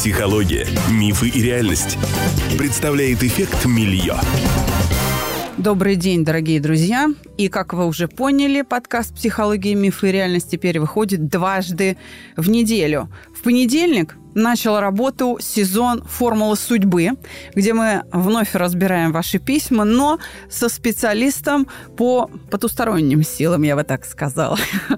Психология, мифы и реальность. Представляет эффект Мильё. Добрый день, дорогие друзья. И, как вы уже поняли, подкаст «Психология, мифы и реальность» теперь выходит дважды в неделю. В понедельник начал работу сезон «Формулы судьбы», где мы вновь разбираем ваши письма, но со специалистом по потусторонним силам, я бы так сказала.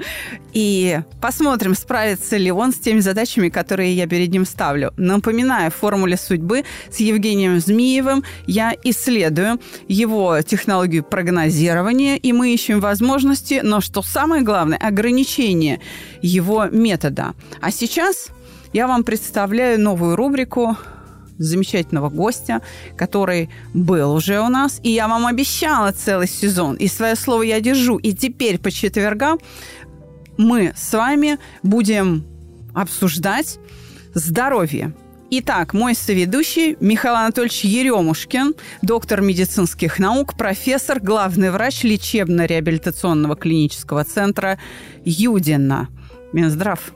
И посмотрим, справится ли он с теми задачами, которые я перед ним ставлю. Напоминаю, в «Формуле судьбы» с Евгением Змиевым я исследую его технологию прогнозирования, и мы ищем возможности, но, что самое главное, ограничения его метода. А сейчас я вам представляю новую рубрику замечательного гостя, который был уже у нас. И я вам обещала целый сезон. И свое слово я держу. И теперь по четвергам мы с вами будем обсуждать здоровье. Итак, мой соведущий Михаил Анатольевич Еремушкин, доктор медицинских наук, профессор, главный врач лечебно-реабилитационного клинического центра Юдино. Минздрав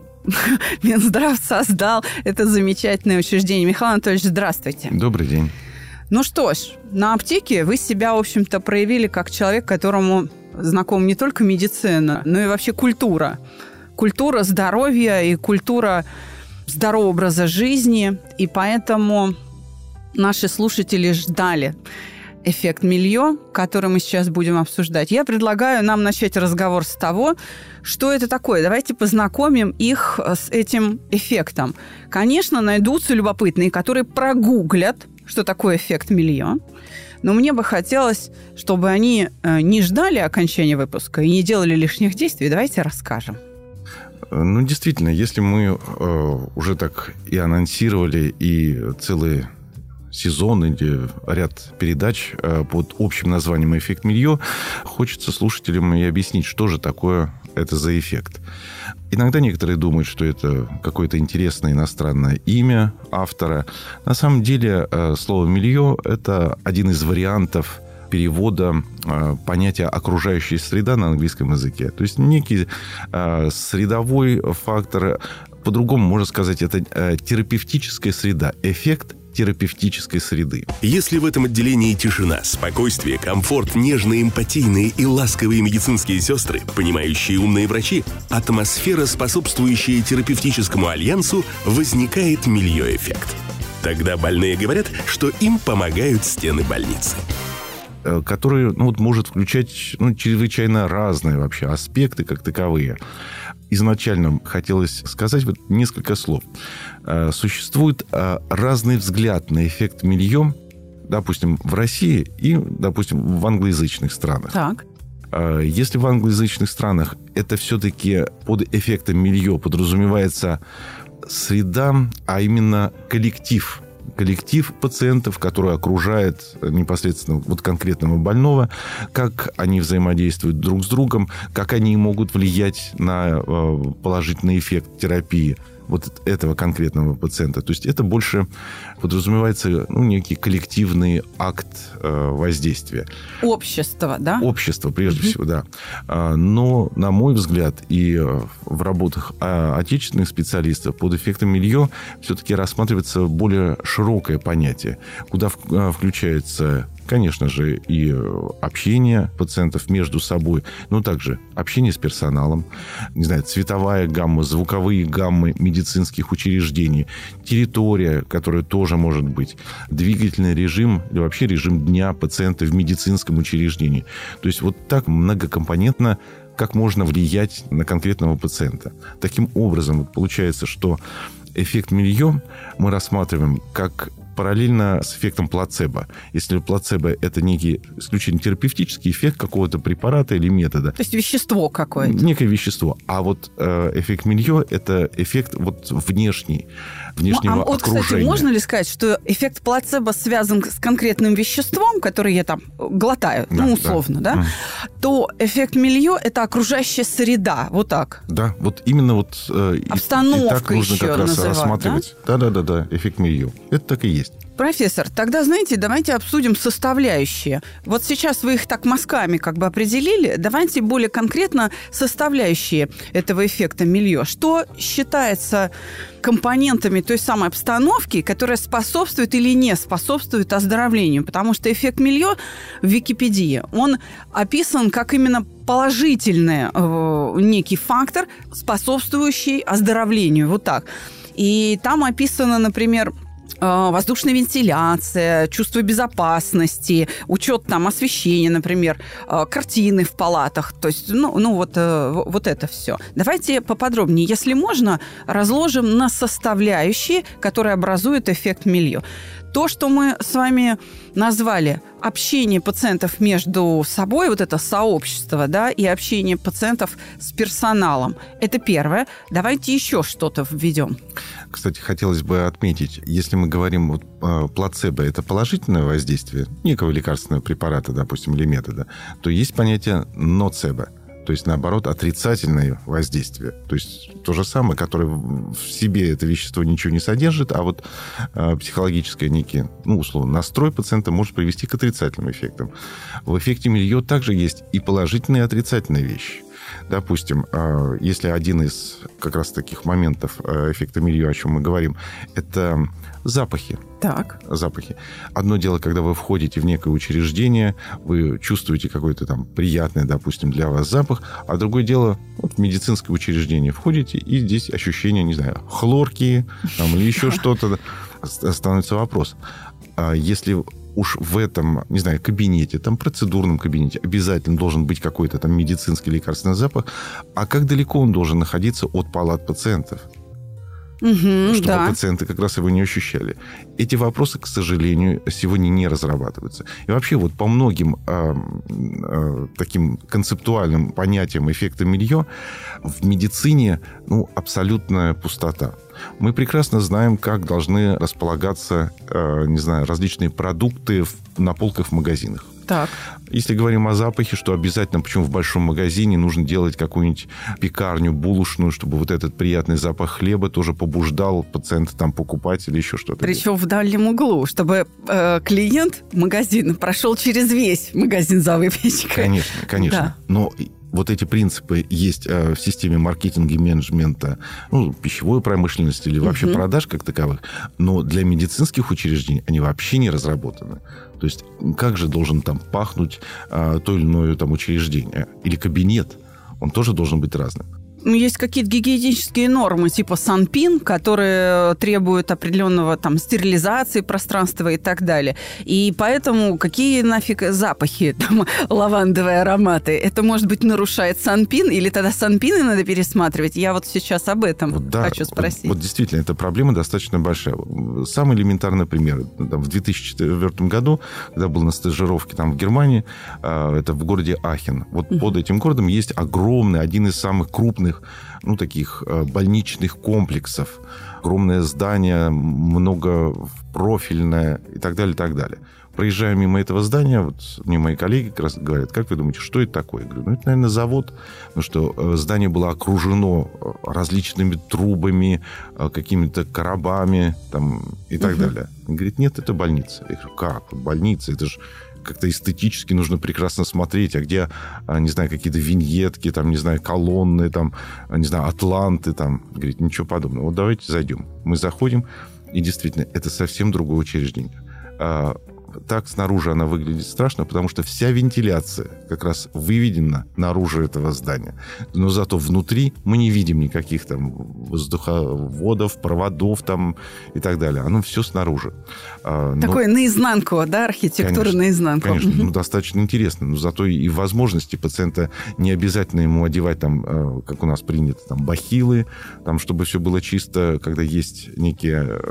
создал это замечательное учреждение. Михаил Анатольевич, здравствуйте. Добрый день. Ну что ж, на аптеке вы себя, в общем-то, проявили как человек, которому знакома не только медицина, но и вообще культура. Культура здоровья и культура здорового образа жизни. И поэтому наши слушатели ждали эффект Мильё, который мы сейчас будем обсуждать. Я предлагаю нам начать разговор с того, что это такое. Давайте познакомим их с этим эффектом. Конечно, найдутся любопытные, которые прогуглят, что такое эффект Мильё. Но мне бы хотелось, чтобы они не ждали окончания выпуска и не делали лишних действий. Давайте расскажем. Ну, действительно, если мы уже так и анонсировали, и целые сезон или ряд передач под общим названием «Эффект Мильё», хочется слушателям и объяснить, что же такое это за эффект. Иногда некоторые думают, что это какое-то интересное иностранное имя автора. На самом деле слово «мильё» – это один из вариантов перевода понятия «окружающая среда» на английском языке. То есть некий средовой фактор, по-другому можно сказать, это терапевтическая среда, эффект терапевтической среды. Если в этом отделении тишина, спокойствие, комфорт, нежные, эмпатийные и ласковые медицинские сестры, понимающие умные врачи, атмосфера, способствующая терапевтическому альянсу, возникает мильё-эффект. Тогда больные говорят, что им помогают стены больницы. Который может включать чрезвычайно разные вообще аспекты как таковые. Изначально хотелось сказать несколько слов. Существует разный взгляд на эффект Мильё, допустим, в России и, допустим, в англоязычных странах. Так. Если в англоязычных странах это все-таки под эффектом Мильё подразумевается среда, а именно коллектив пациентов, который окружает непосредственно конкретного больного, как они взаимодействуют друг с другом, как они могут влиять на положительный эффект терапии этого конкретного пациента. То есть это больше подразумевается некий коллективный акт воздействия. Общество, да? Общество, прежде всего, да. Но, на мой взгляд, и в работах отечественных специалистов под эффектом Мильё все-таки рассматривается более широкое понятие, куда включается, конечно же, и общение пациентов между собой, но также общение с персоналом, цветовая гамма, звуковые гаммы медицинских учреждений, территория, которая тоже может быть, двигательный режим или вообще режим дня пациента в медицинском учреждении. То есть так многокомпонентно, как можно влиять на конкретного пациента. Таким образом, получается, что эффект Мильё мы рассматриваем как параллельно с эффектом плацебо. Если плацебо – это некий исключительно терапевтический эффект какого-то препарата или метода. То есть вещество какое-то. Некое вещество. А эффект Мильё – это эффект внешнего окружения. Кстати, можно ли сказать, что эффект плацебо связан с конкретным веществом, которое я там глотаю, условно, да? То эффект Мильё – это окружающая среда, вот так. Да, именно обстановка и так нужно еще как раз называть, рассматривать. Да, эффект Мильё. Это так и есть. есть. Профессор, тогда, знаете, давайте обсудим составляющие. Вот сейчас вы их так мазками как бы определили. Давайте более конкретно составляющие этого эффекта мильё. Что считается компонентами той самой обстановки, которая способствует или не способствует оздоровлению? Потому что эффект мильё в Википедии, он описан как именно положительный некий фактор, способствующий оздоровлению. Вот так. И там описано, например, воздушная вентиляция, чувство безопасности, учет там освещения, например, картины в палатах. То есть, вот это все. Давайте поподробнее, если можно, разложим на составляющие, которые образуют эффект мильё. То, что мы с вами назвали общение пациентов между собой, вот это сообщество, да, и общение пациентов с персоналом. Это первое. Давайте еще что-то введем. Кстати, хотелось бы отметить, если мы говорим, плацебо – это положительное воздействие некого лекарственного препарата, допустим, или метода, то есть понятие ноцебо. То есть, наоборот, отрицательное воздействие. То есть, то же самое, которое в себе это вещество ничего не содержит, а вот психологическое некий, условно, настрой пациента может привести к отрицательным эффектам. В эффекте мильё также есть и положительные, и отрицательные вещи. Допустим, если один из как раз таких моментов эффекта мильё, о чем мы говорим, это запахи. Так. Запахи. Одно дело, когда вы входите в некое учреждение, вы чувствуете какой-то там приятный, допустим, для вас запах, а другое дело, в медицинское учреждение входите, и здесь ощущение, не знаю, хлорки там, или еще что-то. Становится вопрос. Если уж в этом, не знаю, кабинете, там, процедурном кабинете обязательно должен быть какой-то там медицинский лекарственный запах, а как далеко он должен находиться от палат пациентов? Чтобы пациенты как раз его не ощущали. Эти вопросы, к сожалению, сегодня не разрабатываются. И вообще вот по многим таким концептуальным понятиям эффекта мильё в медицине абсолютная пустота. Мы прекрасно знаем, как должны располагаться, различные продукты на полках в магазинах. Так. Если говорим о запахе, что обязательно, почему в большом магазине нужно делать какую-нибудь пекарню, булочную, чтобы вот этот приятный запах хлеба тоже побуждал пациента там покупать или еще что-то. Причем в дальнем углу, чтобы клиент магазина прошел через весь магазин за выпечкой. Конечно. Да. Но вот эти принципы есть в системе маркетинга и менеджмента, пищевой промышленности или вообще продаж как таковых, но для медицинских учреждений они вообще не разработаны. То есть как же должен там пахнуть то или иное там учреждение или кабинет? Он тоже должен быть разным. Есть какие-то гигиенические нормы, типа Санпин, которые требуют определенного там стерилизации пространства и так далее. И поэтому какие нафиг запахи, там, лавандовые ароматы? Это, может быть, нарушает Санпин? Или тогда Санпины надо пересматривать? Я вот сейчас об этом хочу спросить. Вот действительно, эта проблема достаточно большая. Самый элементарный пример. В 2004 году, когда был на стажировке там в Германии, это в городе Ахен. Вот под этим городом есть огромный, один из самых крупных таких больничных комплексов. Огромное здание, многопрофильное и так далее, и так далее. Проезжая мимо этого здания, вот мне мои коллеги как раз говорят, как вы думаете, что это такое? Я говорю, это, наверное, завод. Потому что здание было окружено различными трубами, какими-то коробами там, и так далее. Он говорит, нет, это больница. Я говорю, как? Больница? Это же как-то эстетически нужно прекрасно смотреть, а где, не знаю, какие-то виньетки, там, не знаю, колонны, там, не знаю, атланты, там. Говорит, ничего подобного. Вот давайте зайдем. Мы заходим, и действительно, это совсем другое учреждение. Так снаружи она выглядит страшно, потому что вся вентиляция как раз выведена наружу этого здания. Но зато внутри мы не видим никаких там воздуховодов, проводов там и так далее. Оно все снаружи. Такое наизнанку, да, архитектура конечно, наизнанку. Конечно, достаточно интересно. Но зато и возможности пациента не обязательно ему одевать там, как у нас принято, там бахилы, там, чтобы все было чисто, когда есть некие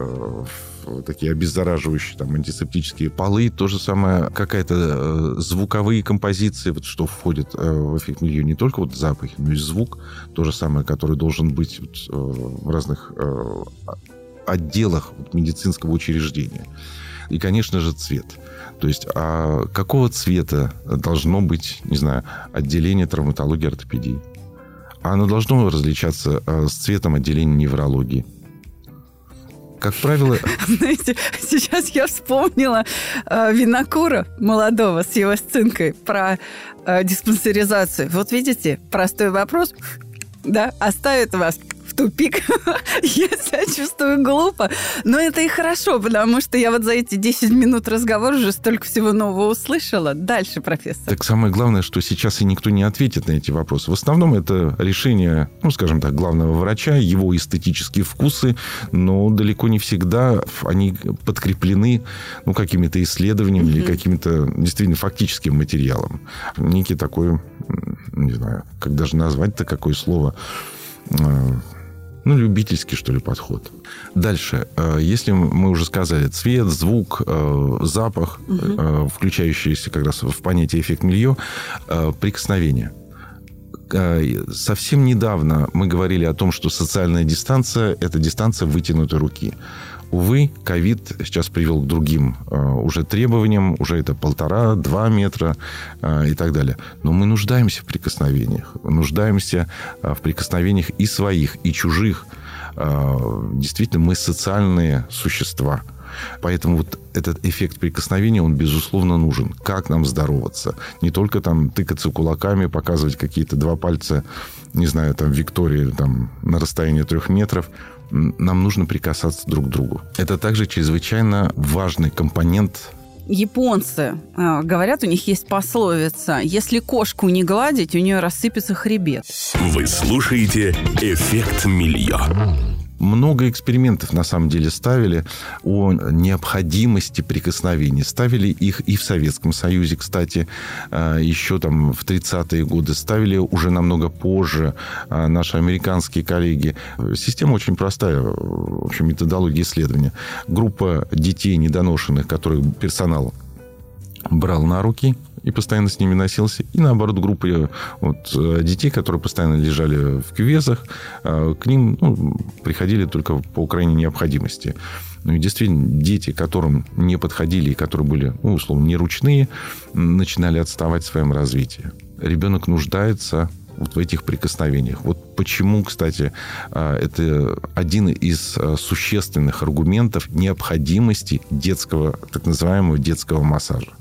такие обеззараживающие, там, антисептические полы. То же самое, какая-то звуковые композиции, вот, что входит в эффект мильё. Не только вот запахи, но и звук. То же самое, который должен быть вот, в разных отделах вот, медицинского учреждения. И, конечно же, цвет. То есть, а какого цвета должно быть, не знаю, отделение травматологии, ортопедии? Оно должно различаться с цветом отделения неврологии. Как правило... Знаете, сейчас я вспомнила винокура молодого с его сценкой про диспансеризацию. Вот видите, простой вопрос, да, оставит вас в тупик. Я себя чувствую глупо. Но это и хорошо, потому что я вот за эти 10 минут разговора уже столько всего нового услышала. Дальше, профессор. Так самое главное, что сейчас и никто не ответит на эти вопросы. В основном это решение, ну, скажем так, главного врача, его эстетические вкусы, но далеко не всегда они подкреплены, ну, какими-то исследованиями или каким-то действительно фактическим материалом. Некий такой, не знаю, как даже назвать-то, какое слово... Ну, любительский, что ли, подход. Дальше. Если мы уже сказали цвет, звук, запах, включающиеся как раз в понятие эффект мильё, прикосновение. Совсем недавно мы говорили о том, что социальная дистанция – это дистанция вытянутой руки. Увы, ковид сейчас привел к другим уже требованиям, уже это 1,5-2 метра и так далее. Но мы нуждаемся в прикосновениях. Нуждаемся в прикосновениях и своих, и чужих. Действительно, мы социальные существа. Поэтому вот этот эффект прикосновения, он, безусловно, нужен. Как нам здороваться? Не только там тыкаться кулаками, показывать какие-то 2 пальца, не знаю, там, Виктории там, на расстоянии 3 метров. Нам нужно прикасаться друг к другу. Это также чрезвычайно важный компонент. Японцы говорят, у них есть пословица: если кошку не гладить, у нее рассыпется хребет. Вы слушаете «Эффект мильё». Много экспериментов, на самом деле, ставили о необходимости прикосновений. Ставили их и в Советском Союзе, кстати, еще там в 30-е годы. Ставили уже намного позже наши американские коллеги. Система очень простая, в общем, методология исследования. Группа детей недоношенных, которых персонал брал на руки и постоянно с ними носился. И, наоборот, группа детей, которые постоянно лежали в кювезах, к ним приходили только по крайней необходимости. Ну и действительно, дети, которым не подходили и которые были, условно, неручные, начинали отставать в своем развитии. Ребенок нуждается вот в этих прикосновениях. Вот почему, кстати, это один из существенных аргументов необходимости детского, так называемого детского массажа.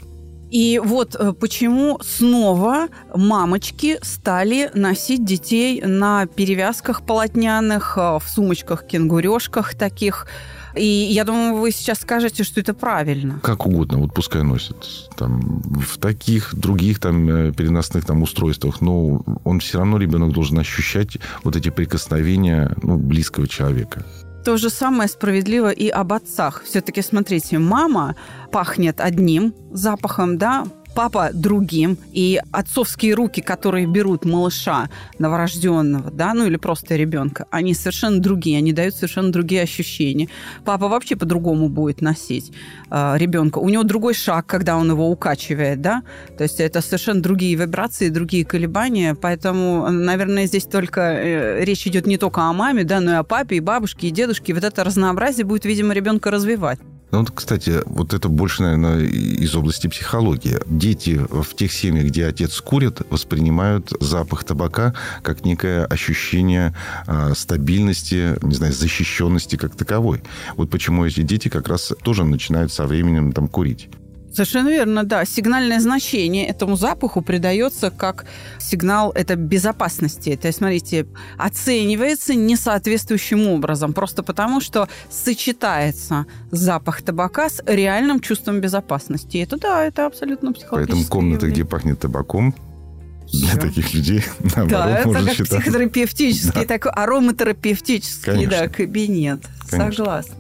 И вот почему снова мамочки стали носить детей на перевязках полотняных, в сумочках-кенгурёшках таких. И я думаю, вы сейчас скажете, что это правильно. Как угодно, вот пускай носят. Там, в таких других там, переносных там, устройствах, но он все равно, ребенок, должен ощущать вот эти прикосновения близкого человека. То же самое справедливо и об отцах. Все-таки, смотрите, мама пахнет одним запахом, да, папа другим. И отцовские руки, которые берут малыша новорожденного, да, ну или просто ребенка, они совершенно другие, они дают совершенно другие ощущения. Папа вообще по-другому будет носить ребенка. У него другой шаг, когда он его укачивает, да. То есть это совершенно другие вибрации, другие колебания. Поэтому, наверное, здесь только речь идет не только о маме, да, но и о папе, и бабушке, и дедушке. И вот это разнообразие будет, видимо, ребенка развивать. Ну, вот, кстати, вот это больше, наверное, из области психологии. Дети в тех семьях, где отец курит, воспринимают запах табака как некое ощущение стабильности, не знаю, защищенности как таковой. Вот почему эти дети как раз тоже начинают со временем там курить. Совершенно верно, да. Сигнальное значение этому запаху придается как сигнал это безопасности. То есть, смотрите, оценивается несоответствующим образом, просто потому, что сочетается запах табака с реальным чувством безопасности. И это, да, это абсолютно психологическое Поэтому комната, явление. где пахнет табаком, для таких людей, наоборот, да, можно это как считать. Психотерапевтический, Да. такой ароматерапевтический, Конечно. да, кабинет. Конечно. Согласна.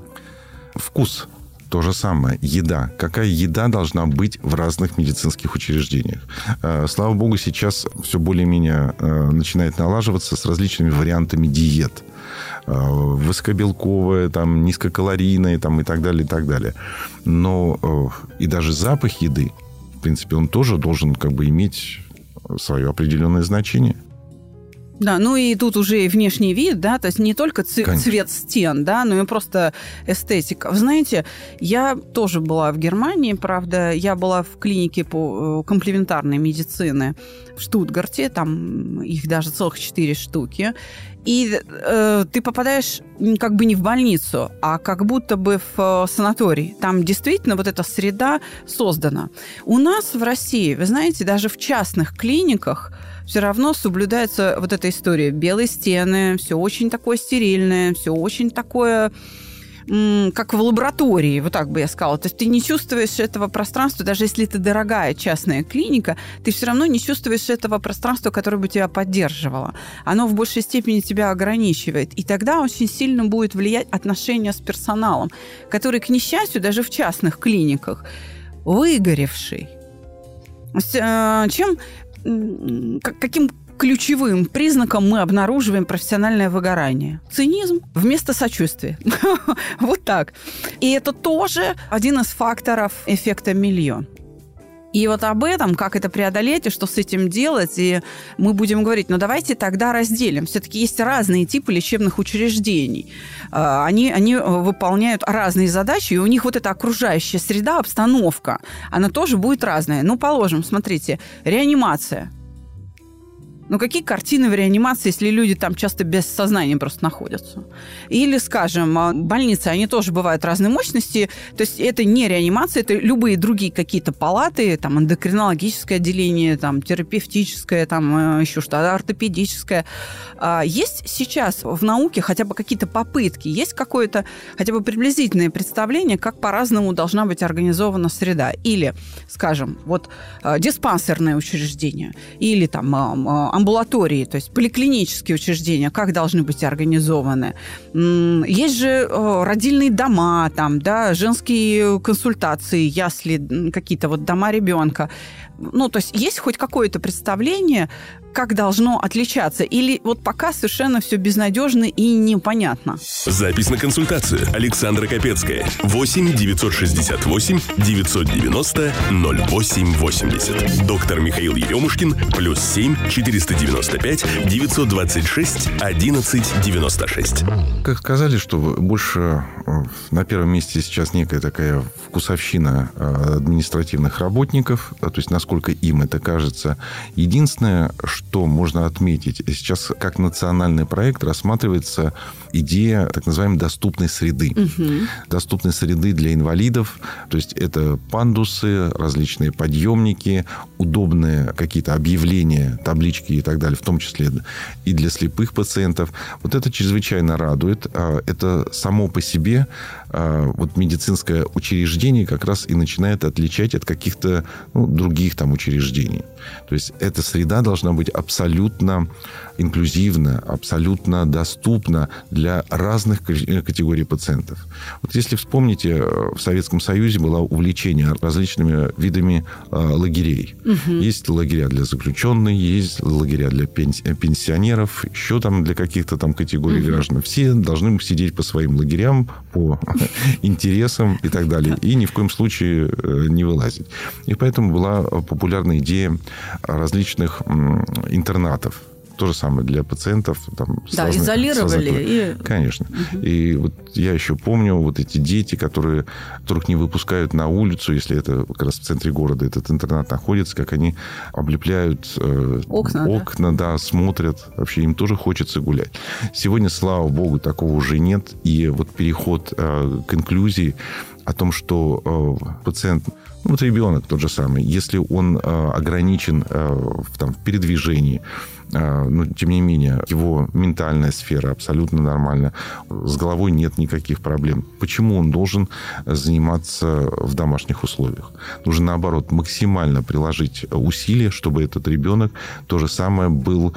Вкус. То же самое. Еда. Какая еда должна быть в разных медицинских учреждениях? Слава богу, сейчас все более-менее начинает налаживаться с различными вариантами диет. Высокобелковая, там, низкокалорийная там, и так далее, и так далее. Но и даже запах еды, в принципе, он тоже должен как бы иметь свое определенное значение. Да, ну и тут уже и внешний вид, да, то есть не только цвет стен, да, но и просто эстетика. Вы знаете, я тоже была в Германии, правда, я была в клинике по комплементарной медицины в Штутгарте, там их даже целых 4 штуки, и ты попадаешь как бы не в больницу, а как будто бы в санаторий. Там действительно вот эта среда создана. У нас в России, вы знаете, даже в частных клиниках все равно соблюдается вот эта история. Белые стены, все очень такое стерильное, все очень такое, как в лаборатории, вот так бы я сказала. То есть ты не чувствуешь этого пространства, даже если это дорогая частная клиника, ты все равно не чувствуешь этого пространства, которое бы тебя поддерживало. Оно в большей степени тебя ограничивает. И тогда очень сильно будет влиять отношение с персоналом, который, к несчастью, даже в частных клиниках выгоревший. Каким ключевым признаком мы обнаруживаем профессиональное выгорание? Цинизм вместо сочувствия. Вот так. И это тоже один из факторов эффекта милье. И вот об этом, как это преодолеть и что с этим делать, и мы будем говорить, но давайте тогда разделим. Все-таки есть разные типы лечебных учреждений. Они выполняют разные задачи, и у них вот эта окружающая среда, обстановка, она тоже будет разная. Ну, положим, смотрите, реанимация. Ну, какие картины в реанимации, если люди там часто без сознания просто находятся? Или, скажем, больницы, они тоже бывают разной мощности. То есть это не реанимация, это любые другие какие-то палаты, там, эндокринологическое отделение, там, терапевтическое, там, еще что-то, ортопедическое. Есть сейчас в науке хотя бы какие-то попытки, есть какое-то хотя бы приблизительное представление, как по-разному должна быть организована среда? Или, скажем, вот диспансерное учреждение, или там амбулатории, то есть поликлинические учреждения, как должны быть организованы. Есть же родильные дома, там, да, женские консультации, ясли, какие-то вот дома ребенка. Ну, то есть есть хоть какое-то представление, как должно отличаться? Или вот пока совершенно все безнадежно и непонятно? Запись на консультацию. Александра Капецкая. 8-968-990-08-80. Доктор Михаил Еремушкин. +7 495 926 1196. Как сказали, что больше на первом месте сейчас некая такая вкусовщина административных работников, то есть насколько им это кажется. Единственное, что можно отметить, сейчас как национальный проект рассматривается идея так называемой доступной среды. Доступной среды для инвалидов. То есть это пандусы, различные подъемники, удобные какие-то объявления, таблички и так далее, в том числе и для слепых пациентов. Вот это чрезвычайно радует. Это само по себе вот медицинское учреждение как раз и начинает отличать от каких-то других там учреждений. То есть эта среда должна быть абсолютно инклюзивна, абсолютно доступна для разных категорий пациентов. Вот если вспомните, в Советском Союзе было увлечение различными видами лагерей. Есть лагеря для заключенных, есть лагеря для пенсионеров, еще там для каких-то там категорий граждан. Все должны сидеть по своим лагерям, по интересам и так далее. И ни в коем случае не вылазить. И поэтому была популярна идея различных интернатов. То же самое для пациентов. Там, да, изолировали. Конечно. И вот я еще помню вот эти дети, которых не выпускают на улицу, если это как раз в центре города этот интернат находится, как они облепляют окна, да, смотрят. Вообще им тоже хочется гулять. Сегодня, слава богу, такого уже нет. И вот переход к инклюзии, о том, что пациент, вот ребенок тот же самый, если он ограничен в передвижении, но, тем не менее, его ментальная сфера абсолютно нормальна. С головой нет никаких проблем. Почему он должен заниматься в домашних условиях? Нужно, наоборот, максимально приложить усилия, чтобы этот ребенок то же самое был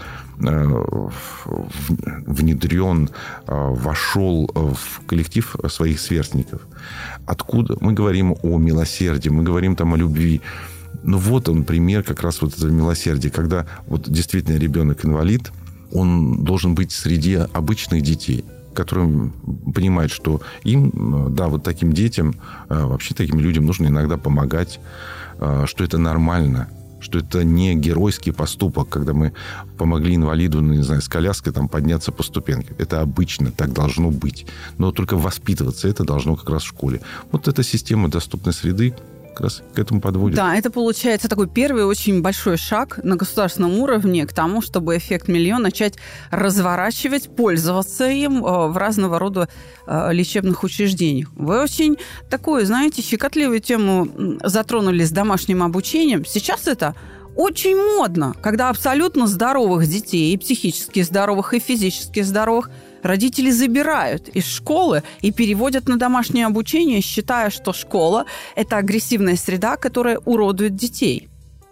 внедрен, вошел в коллектив своих сверстников. Откуда? Мы говорим о милосердии, мы говорим там о любви. Ну, вот он пример как раз вот этого милосердия, когда вот действительно ребенок-инвалид, он должен быть среди обычных детей, которые понимают, что им, да, вот таким детям, вообще таким людям нужно иногда помогать, что это нормально. что это не геройский поступок, когда мы помогли инвалиду, не знаю, с коляской там, подняться по ступенькам. Это обычно, так должно быть. Но только воспитываться это должно как раз в школе. Вот эта система доступной среды как раз к этому подводит. Да, это получается такой первый очень большой шаг на государственном уровне к тому, чтобы эффект миллион начать разворачивать, пользоваться им в разного рода лечебных учреждениях. Вы очень такую, знаете, щекотливую тему затронули с домашним обучением. Сейчас это очень модно, когда абсолютно здоровых детей, и психически здоровых, и физически здоровых, родители забирают из школы и переводят на домашнее обучение, считая, что школа – это агрессивная среда, которая уродует детей.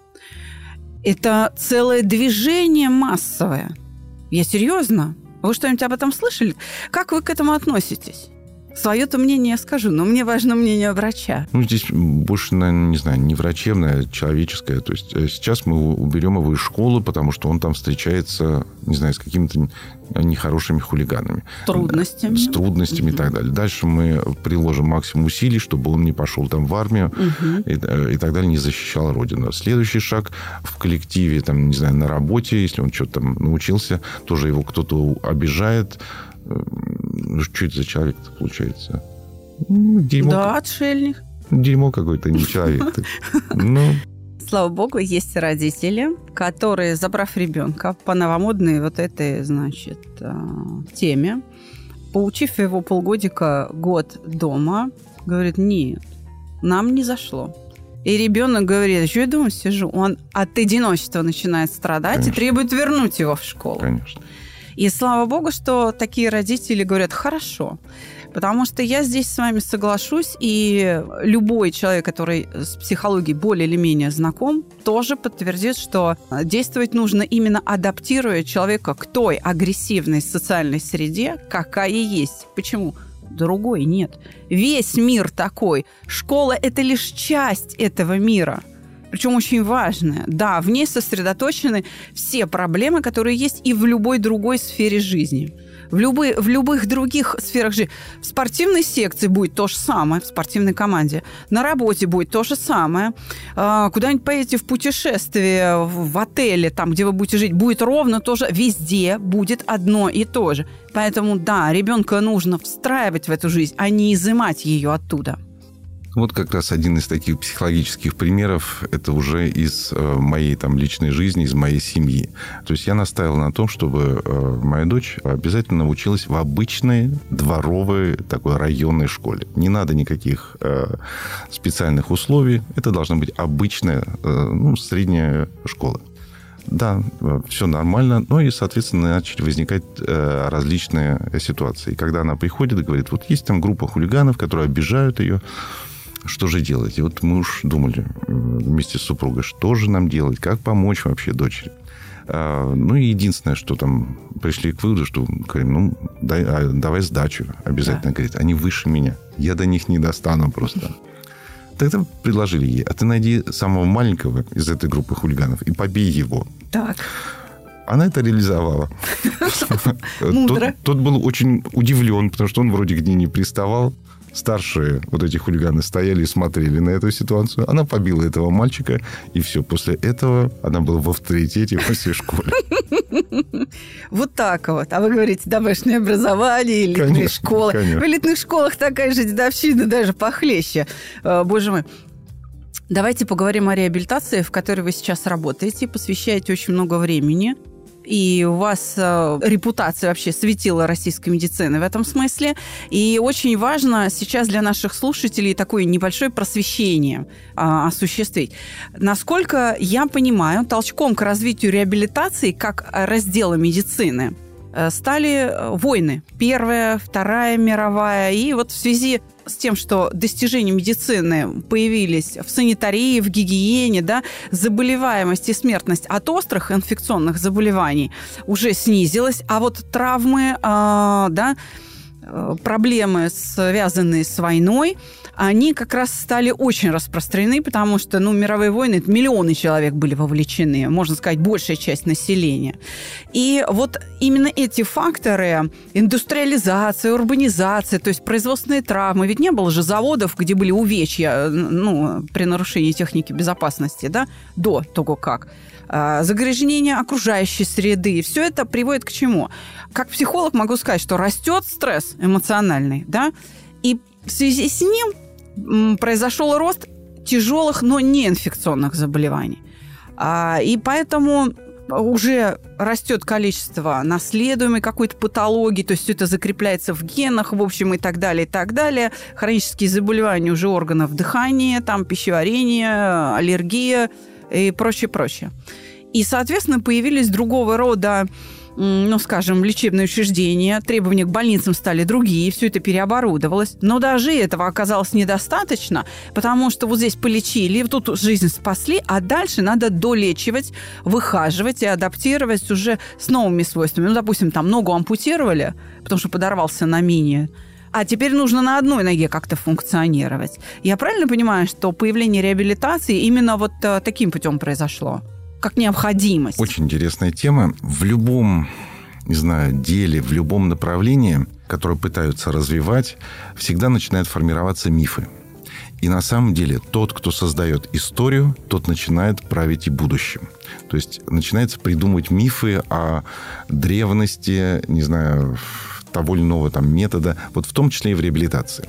Это целое движение массовое. Я серьезно? Вы что-нибудь об этом слышали? Как вы к этому относитесь? Свое-то мнение я скажу, но мне важно мнение врача. Здесь больше, наверное, не знаю, не врачебное, а человеческое. То есть сейчас мы уберем его из школы, потому что он там встречается, не знаю, с какими-то нехорошими хулиганами. Трудностями. С трудностями и так далее. Дальше мы приложим максимум усилий, чтобы он не пошел там в армию и так далее, не защищал Родину. Следующий шаг в коллективе, там, не знаю, на работе, если он что-то там научился, тоже его кто-то обижает. Ну, что это за человек-то получается? Дерьмо. Да, отшельник. Дерьмо какой-то, не человек. Слава богу, есть родители, которые, забрав ребенка по новомодной вот этой, значит, теме, поучив его полгодика, год дома, говорит, нет, нам не зашло. И ребенок говорит, что я дома сижу? Он от одиночества начинает страдать. Конечно. И требует вернуть его в школу. Конечно. И слава богу, что такие родители говорят, хорошо, потому что я здесь с вами соглашусь, и любой человек, который с психологией более или менее знаком, тоже подтвердит, что действовать нужно именно адаптируя человека к той агрессивной социальной среде, какая есть. Почему? Другой нет. Весь мир такой. Школа – это лишь часть этого мира. Причем очень важная. Да, в ней сосредоточены все проблемы, которые есть и в любой другой сфере жизни. В любых других сферах жизни. В спортивной секции будет то же самое, в спортивной команде. На работе будет то же самое. Куда-нибудь поедете в путешествие, в отеле, там, где вы будете жить, будет ровно то же. Везде будет одно и то же. Поэтому, да, ребенка нужно встраивать в эту жизнь, а не изымать ее оттуда. Вот как раз один из таких психологических примеров, это уже из моей там личной жизни, из моей семьи. То есть я настаивал на том, чтобы моя дочь обязательно училась в обычной дворовой такой районной школе. Не надо никаких специальных условий. Это должна быть обычная, средняя школа. Да, все нормально, но и, соответственно, начали возникать различные ситуации. И когда она приходит и говорит, вот есть там группа хулиганов, которые обижают ее, что же делать? И вот мы уж думали вместе с супругой, что же нам делать, как помочь вообще дочери. Ну, и единственное, что там пришли к выводу, что говорим, давай сдачу обязательно. Да. Говорит, они выше меня, я до них не достану просто. Тогда предложили ей, а ты найди самого маленького из этой группы хулиганов и побей его. Так. Она это реализовала. Тот был очень удивлен, потому что он вроде к ней не приставал. Старшие вот эти хулиганы стояли и смотрели на эту ситуацию. Она побила этого мальчика, и все. После этого она была в авторитете во всей школе. Вот так вот. А вы говорите, домашнее образование, элитные школы. В элитных школах такая же дедовщина, даже похлеще. Боже мой. Давайте поговорим о реабилитации, в которой вы сейчас работаете, посвящаете очень много времени. И у вас репутация вообще светила российской медицины в этом смысле. И очень важно сейчас для наших слушателей такое небольшое просвещение осуществить. Насколько я понимаю, толчком к развитию реабилитации как раздела медицины стали войны. Первая, Вторая мировая. И вот в связи с тем, что достижения медицины появились в санитарии, в гигиене, да, заболеваемость и смертность от острых инфекционных заболеваний уже снизилась, а вот травмы, проблемы, связанные с войной, они как раз стали очень распространены, потому что, мировые войны, это миллионы человек были вовлечены, можно сказать, большая часть населения. И вот именно эти факторы, индустриализация, урбанизация, то есть производственные травмы, ведь не было же заводов, где были увечья, при нарушении техники безопасности, да, до того как. Загрязнение окружающей среды. Все это приводит к чему? Как психолог могу сказать, что растет стресс эмоциональный, да, и в связи с ним произошел рост тяжелых, но не инфекционных заболеваний. И поэтому уже растет количество наследуемой какой-то патологии, то есть все это закрепляется в генах, в общем, и так далее, и так далее. Хронические заболевания уже органов дыхания, пищеварения, аллергия и прочее. И, соответственно, появились другого рода, лечебные учреждения, требования к больницам стали другие, все это переоборудовалось. Но даже этого оказалось недостаточно, потому что вот здесь полечили, тут жизнь спасли, а дальше надо долечивать, выхаживать и адаптировать уже с новыми свойствами. Допустим, ногу ампутировали, потому что подорвался на мине, а теперь нужно на одной ноге как-то функционировать. Я правильно понимаю, что появление реабилитации именно вот таким путем произошло? Как необходимость? Очень интересная тема. В любом, деле, в любом направлении, которое пытаются развивать, всегда начинают формироваться мифы. И на самом деле тот, кто создает историю, тот начинает править и будущим. То есть начинается придумывать мифы о древности, того или иного метода, вот в том числе и в реабилитации.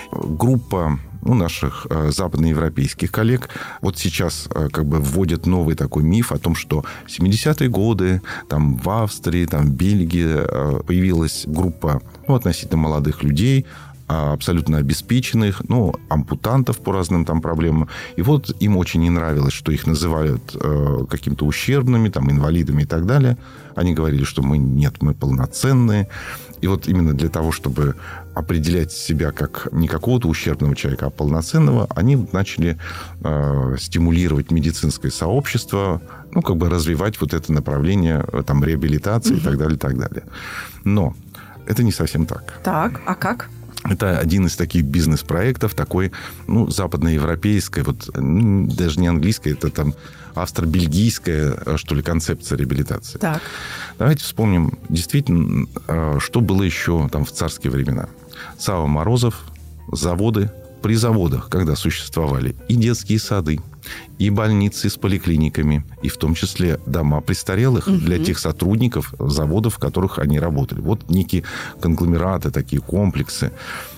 Группа наших западноевропейских коллег вот сейчас вводят новый такой миф о том, что в 70-е годы в Австрии, в Бельгии появилась группа относительно молодых людей, абсолютно обеспеченных, ампутантов по разным проблемам. И вот им очень не нравилось, что их называют какими-то ущербными, инвалидами и так далее. Они говорили, что мы полноценные. И вот именно для того, чтобы определять себя как не какого-то ущербного человека, а полноценного, они начали стимулировать медицинское сообщество, развивать вот это направление реабилитации и так далее, и так далее. Но это не совсем так. Так, а как? Это один из таких бизнес-проектов, такой, западноевропейской, даже не английской, это австро-бельгийская, что ли, концепция реабилитации. Так. Давайте вспомним действительно, что было еще в царские времена. Савва Морозов, заводы. При заводах, когда существовали и детские сады, и больницы с поликлиниками, и в том числе дома престарелых для тех сотрудников заводов, в которых они работали. Вот некие конгломераты, такие комплексы.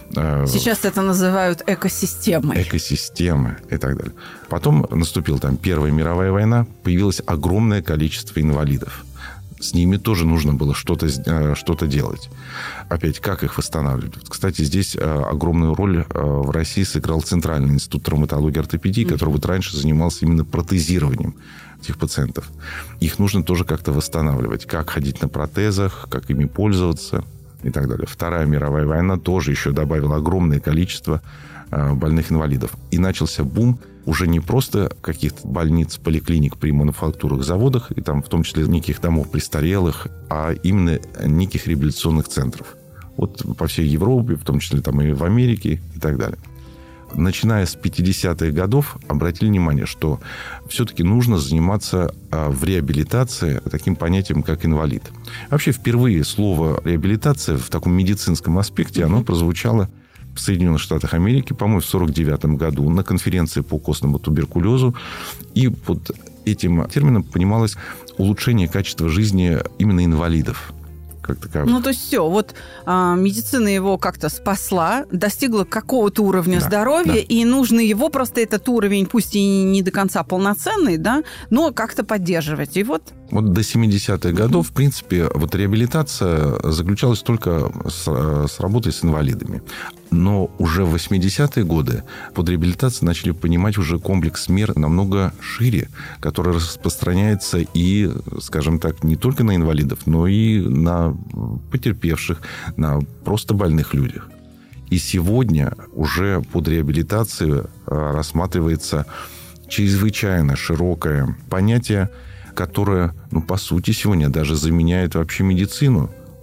Сейчас это называют экосистемой. Экосистемы и так далее. Потом наступила Первая мировая война, появилось огромное количество инвалидов. С ними тоже нужно было что-то делать. Опять, как их восстанавливать? Кстати, здесь огромную роль в России сыграл Центральный институт травматологии и ортопедии, который раньше занимался именно протезированием этих пациентов. Их нужно тоже как-то восстанавливать. Как ходить на протезах, как ими пользоваться и так далее. Вторая мировая война тоже еще добавила огромное количество больных инвалидов. И начался бум уже не просто каких-то больниц, поликлиник при мануфактурах, заводах, и в том числе неких домов престарелых, а именно неких реабилитационных центров. Вот по всей Европе, в том числе и в Америке и так далее. Начиная с 50-х годов обратили внимание, что все-таки нужно заниматься в реабилитации таким понятием, как инвалид. Вообще, впервые слово реабилитация в таком медицинском аспекте, оно прозвучало в Соединенных Штатах Америки, по-моему, в 1949 году на конференции по костному туберкулезу. И под этим термином понималось улучшение качества жизни именно инвалидов. Как таковых. То есть все, медицина его как-то спасла, достигла какого-то уровня здоровья, и нужно его просто этот уровень, пусть и не до конца полноценный, но как-то поддерживать. И вот до 70-х годов, в принципе, реабилитация заключалась только с работой с инвалидами. Но уже в 80-е годы под реабилитацией начали понимать уже комплекс мер намного шире, который распространяется и, скажем так, не только на инвалидов, но и на потерпевших, на просто больных людях. И сегодня уже под реабилитацией рассматривается чрезвычайно широкое понятие, которое, по сути, сегодня даже заменяет вообще медицину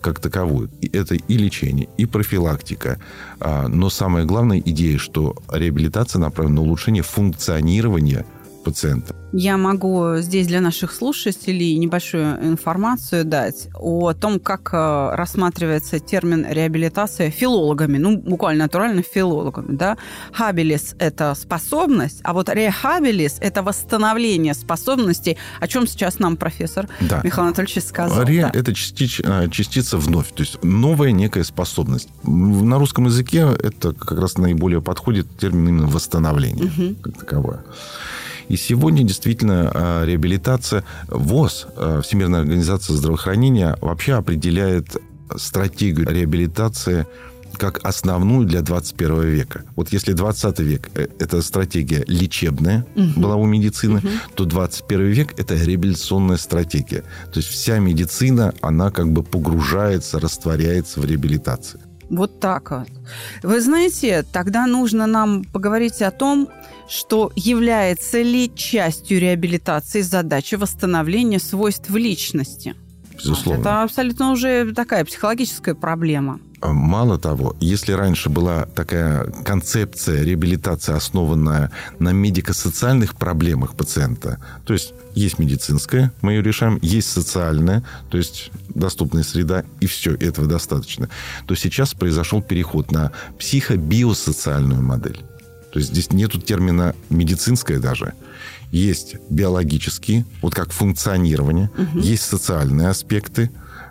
как таковую. Это и лечение, и профилактика. Но самая главная идея, что реабилитация направлена на улучшение функционирования пациента. Я могу здесь для наших слушателей небольшую информацию дать о том, как рассматривается термин реабилитация филологами, буквально натурально филологами. Да? Habilis – это способность, а вот rehabilis – это восстановление способностей, о чем сейчас нам профессор Михаил Анатольевич сказал. Это частица вновь, то есть новая некая способность. На русском языке это как раз наиболее подходит термин именно восстановление как таковое. И сегодня действительно реабилитация, ВОЗ, Всемирная организация здравоохранения, вообще определяет стратегию реабилитации как основную для 21 века. Вот если 20 век – это стратегия лечебная была у медицины, то 21 век – это реабилитационная стратегия. То есть вся медицина, она как бы погружается, растворяется в реабилитации. Вот так вот. Вы знаете, тогда нужно нам поговорить о том, что является ли частью реабилитации задача восстановления свойств личности. Безусловно. Это абсолютно уже такая психологическая проблема. Мало того, если раньше была такая концепция реабилитации, основанная на медико-социальных проблемах пациента, то есть медицинская, мы ее решаем, есть социальная, то есть доступная среда, и все, этого достаточно, то сейчас произошел переход на психо-биосоциальную модель. То есть здесь нету термина медицинская даже. Есть биологические, вот как функционирование, есть социальные аспекты,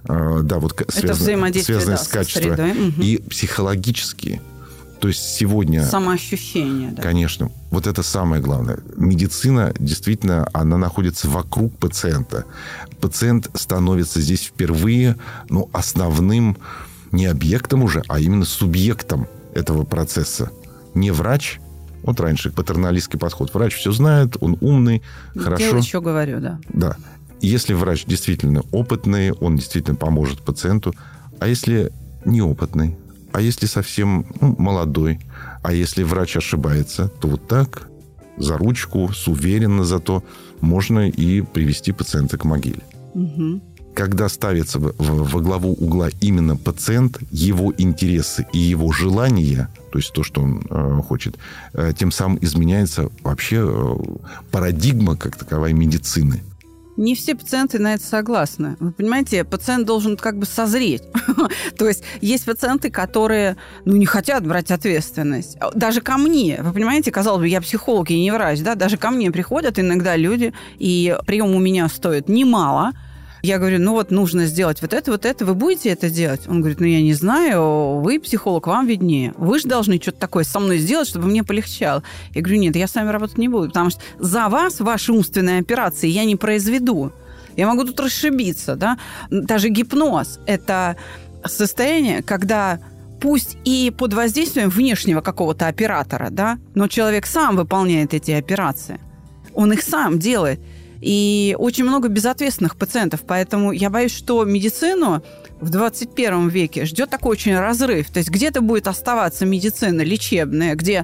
связанные с качеством, и психологические. То есть сегодня... Самоощущение. Да. Конечно. Вот это самое главное. Медицина, действительно, она находится вокруг пациента. Пациент становится здесь впервые основным не объектом уже, а именно субъектом этого процесса. Не врач. Вот раньше патерналистский подход. Врач все знает, он умный, хорошо. Я еще говорю, да. Да. Если врач действительно опытный, он действительно поможет пациенту. А если неопытный? А если совсем молодой? А если врач ошибается, то вот так, за ручку, уверенно зато, можно и привести пациента к могиле. Когда ставится во главу угла именно пациент, его интересы и его желания, то есть то, что он хочет, тем самым изменяется вообще парадигма как таковая медицины. Не все пациенты на это согласны. Вы понимаете, пациент должен как бы созреть. То есть есть пациенты, которые не хотят брать ответственность. Даже ко мне. Вы понимаете, казалось бы, я психолог, я не врач. Да? Даже ко мне приходят иногда люди, и прием у меня стоит немало. Я говорю, нужно сделать вот это, вы будете это делать? Он говорит, я не знаю, вы психолог, вам виднее. Вы же должны что-то такое со мной сделать, чтобы мне полегчало. Я говорю, нет, я с вами работать не буду, потому что за вас ваши умственные операции я не произведу. Я могу тут расшибиться, да? Даже гипноз – это состояние, когда пусть и под воздействием внешнего какого-то оператора, да, но человек сам выполняет эти операции. Он их сам делает. И очень много безответственных пациентов. Поэтому я боюсь, что медицину в 21 веке ждет такой очень разрыв. То есть где-то будет оставаться медицина лечебная, где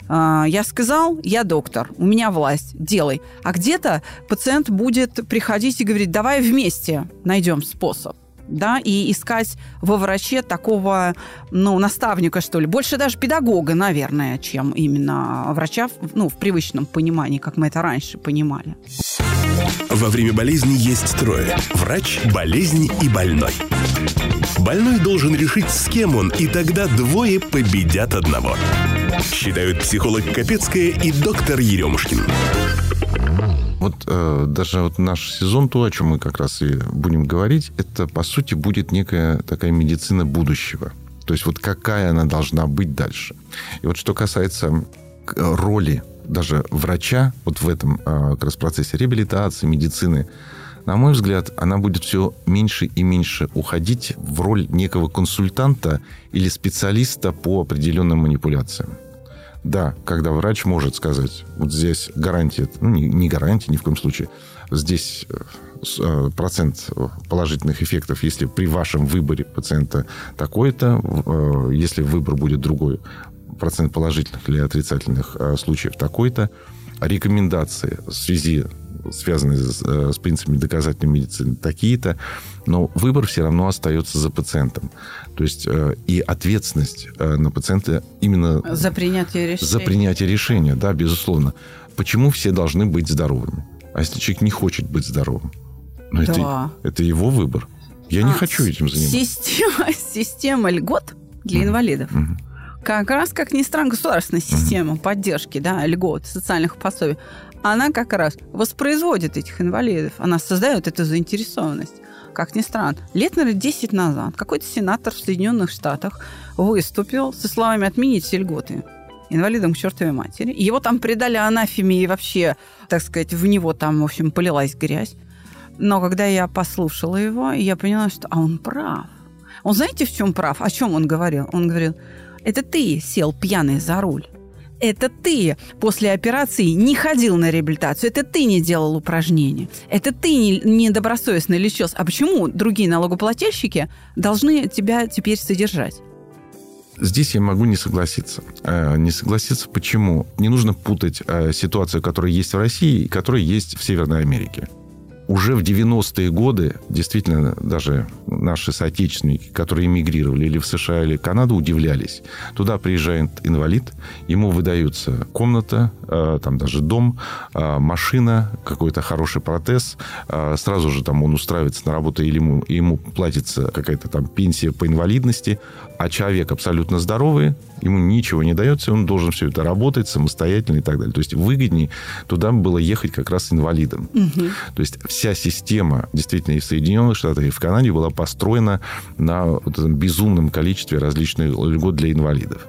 я сказал, я доктор, у меня власть, делай. А где-то пациент будет приходить и говорить, давай вместе найдем способ. Да, и искать во враче такого, наставника, что ли. Больше даже педагога, наверное, чем именно врача, в привычном понимании, как мы это раньше понимали. Во время болезни есть трое: врач, болезнь и больной. Больной должен решить, с кем он, и тогда двое победят одного. Считают психолог Капецкая и доктор Еремушкин. Даже наш сезон, то, о чем мы как раз и будем говорить, это, по сути, будет некая такая медицина будущего. То есть какая она должна быть дальше. И что касается роли даже врача в этом как раз процессе реабилитации, медицины, на мой взгляд, она будет все меньше и меньше уходить в роль некого консультанта или специалиста по определенным манипуляциям. Да, когда врач может сказать, здесь гарантия, не гарантия ни в коем случае, здесь процент положительных эффектов, если при вашем выборе пациента такой-то, если выбор будет другой, процент положительных или отрицательных случаев такой-то, рекомендации в связи связанные с принципами доказательной медицины, такие-то. Но выбор все равно остается за пациентом. То есть и ответственность на пациента именно... За принятие решения. За принятие решения, да, безусловно. Почему все должны быть здоровыми? А если человек не хочет быть здоровым? Ну, да. это его выбор. Я не хочу этим заниматься. Система льгот для инвалидов. Как раз, как ни странно, государственная система поддержки, да, льгот, социальных пособий, она как раз воспроизводит этих инвалидов. Она создает эту заинтересованность. Как ни странно. Лет, наверное, 10 назад какой-то сенатор в Соединенных Штатах выступил со словами «отменить все льготы инвалидам к чертовой матери». Его там предали анафеме и вообще, так сказать, в него там, в общем, полилась грязь. Но когда я послушала его, я поняла, что он прав. Он знаете, в чем прав? О чем он говорил? Он говорил, это ты сел пьяный за руль. Это ты после операции не ходил на реабилитацию. Это ты не делал упражнения. Это ты недобросовестно лечился. А почему другие налогоплательщики должны тебя теперь содержать? Здесь я могу не согласиться. Не согласиться почему? Не нужно путать ситуацию, которая есть в России и которая есть в Северной Америке. Уже в 90-е годы действительно даже наши соотечественники, которые эмигрировали или в США, или Канаду, удивлялись. Туда приезжает инвалид, ему выдаются комната, там даже дом, машина, какой-то хороший протез. Сразу же там он устраивается на работу, или ему платится какая-то там пенсия по инвалидности. А человек абсолютно здоровый, ему ничего не дается, он должен все это работать самостоятельно и так далее. То есть выгоднее туда было ехать как раз инвалидом. То есть вся система действительно и в Соединенных Штатах, и в Канаде была построена на вот этом безумном количестве различных льгот для инвалидов.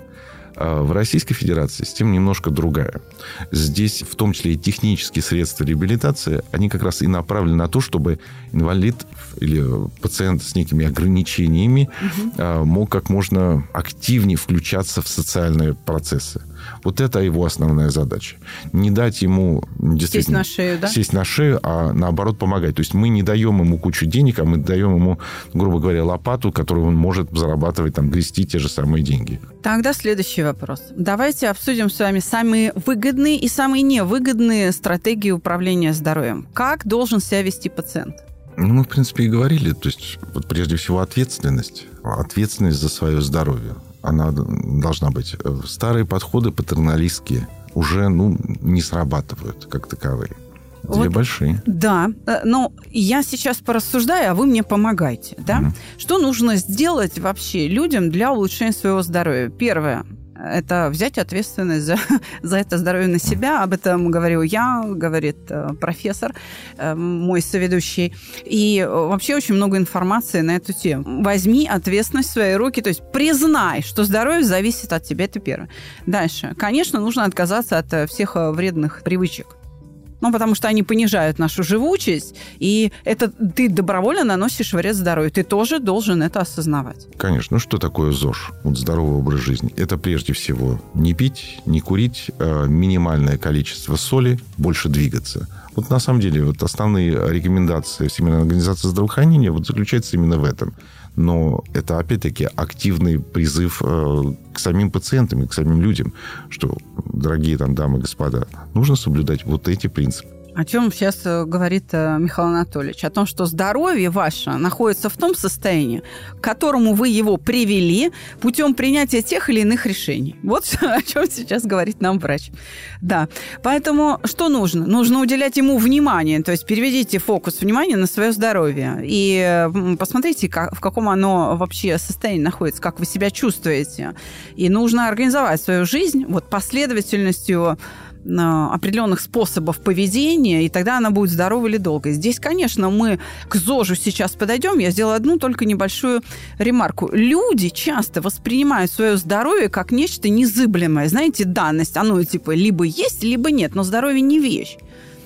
В Российской Федерации система немножко другая. Здесь, в том числе и технические средства реабилитации, они как раз и направлены на то, чтобы инвалид или пациент с некими ограничениями мог как можно активнее включаться в социальные процессы. Вот это его основная задача. Не дать ему действительно сесть на шею, а наоборот помогать. То есть мы не даем ему кучу денег, а мы даем ему, грубо говоря, лопату, которую он может зарабатывать, там, грести те же самые деньги. Тогда следующий вопрос. Давайте обсудим с вами самые выгодные и самые невыгодные стратегии управления здоровьем. Как должен себя вести пациент? Мы, в принципе, и говорили. То есть, вот прежде всего, ответственность. Ответственность за свое здоровье. Она должна быть. Старые подходы патерналистские уже не срабатывают как таковые. Две большие. Да. Но я сейчас порассуждаю, а вы мне помогайте. Да? Что нужно сделать вообще людям для улучшения своего здоровья? Первое. Это взять ответственность за это здоровье на себя. Об этом говорю я, говорит профессор, мой соведущий. И вообще очень много информации на эту тему. Возьми ответственность в свои руки, то есть признай, что здоровье зависит от тебя. Это первое. Дальше. Конечно, нужно отказаться от всех вредных привычек. Потому что они понижают нашу живучесть, и это ты добровольно наносишь вред здоровью. Ты тоже должен это осознавать. Конечно. Что такое ЗОЖ? Здоровый образ жизни. Это прежде всего не пить, не курить, минимальное количество соли, больше двигаться. На самом деле, основные рекомендации Всемирной организации здравоохранения заключаются именно в этом. Но это, опять-таки, активный призыв к самим пациентам и к самим людям, что, дорогие дамы и господа, нужно соблюдать вот эти принципы. О чем сейчас говорит Михаил Анатольевич? О том, что здоровье ваше находится в том состоянии, к которому вы его привели путем принятия тех или иных решений. Вот о чем сейчас говорит нам врач. Да. Поэтому что нужно? Нужно уделять ему внимание. То есть переведите фокус внимания на свое здоровье. И посмотрите, в каком оно вообще состоянии находится, как вы себя чувствуете. И нужно организовать свою жизнь последовательностью определенных способов поведения, и тогда она будет здоровой или долгой. Здесь, конечно, мы к ЗОЖу сейчас подойдем. Я сделаю одну только небольшую ремарку. Люди часто воспринимают свое здоровье как нечто незыблемое. Знаете, данность. Оно либо есть, либо нет. Но здоровье не вещь.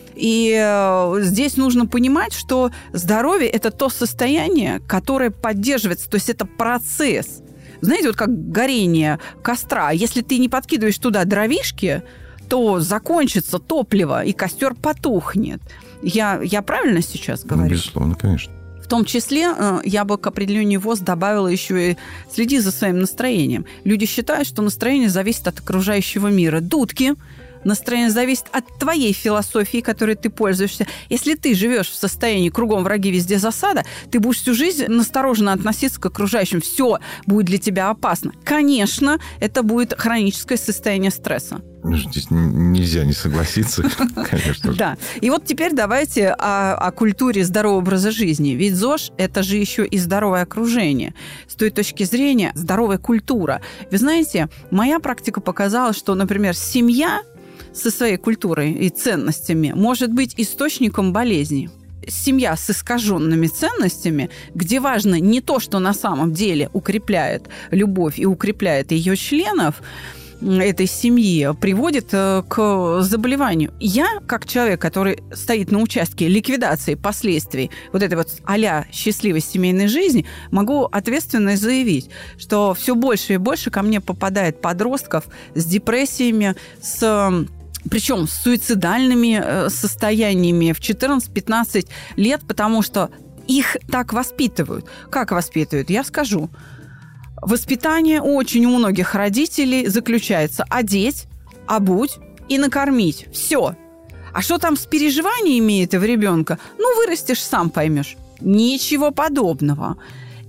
И здесь нужно понимать, что здоровье – это то состояние, которое поддерживается. То есть это процесс. Знаете, как горение костра. Если ты не подкидываешь туда дровишки, то закончится топливо, и костер потухнет. Я правильно сейчас говорю? Безусловно, конечно. В том числе я бы к определению ВОЗ добавила еще и следи за своим настроением. Люди считают, что настроение зависит от окружающего мира. Дудки Настроение зависит от твоей философии, которой ты пользуешься. Если ты живешь в состоянии «кругом враги, везде засада», ты будешь всю жизнь настороженно относиться к окружающим. Все будет для тебя опасно. Конечно, это будет хроническое состояние стресса. Здесь нельзя не согласиться, конечно же. Да. И вот теперь давайте о культуре здорового образа жизни. Ведь ЗОЖ – это же еще и здоровое окружение. С той точки зрения здоровая культура. Вы знаете, моя практика показала, что, например, семья со своей культурой и ценностями может быть источником болезни. Семья с искаженными ценностями, где важно не то, что на самом деле укрепляет любовь и укрепляет ее членов, этой семьи, приводит к заболеванию. Я, как человек, который стоит на участке ликвидации последствий вот этой вот а-ля счастливой семейной жизни, могу ответственно заявить, что все больше и больше ко мне попадает подростков с депрессиями, причем с суицидальными состояниями в 14-15 лет, потому что их так воспитывают. Как воспитывают? Я скажу. Воспитание очень у многих родителей заключается одеть, обуть и накормить. Все. А что там с переживаниями этого ребенка? Ну, вырастешь, сам поймешь. Ничего подобного.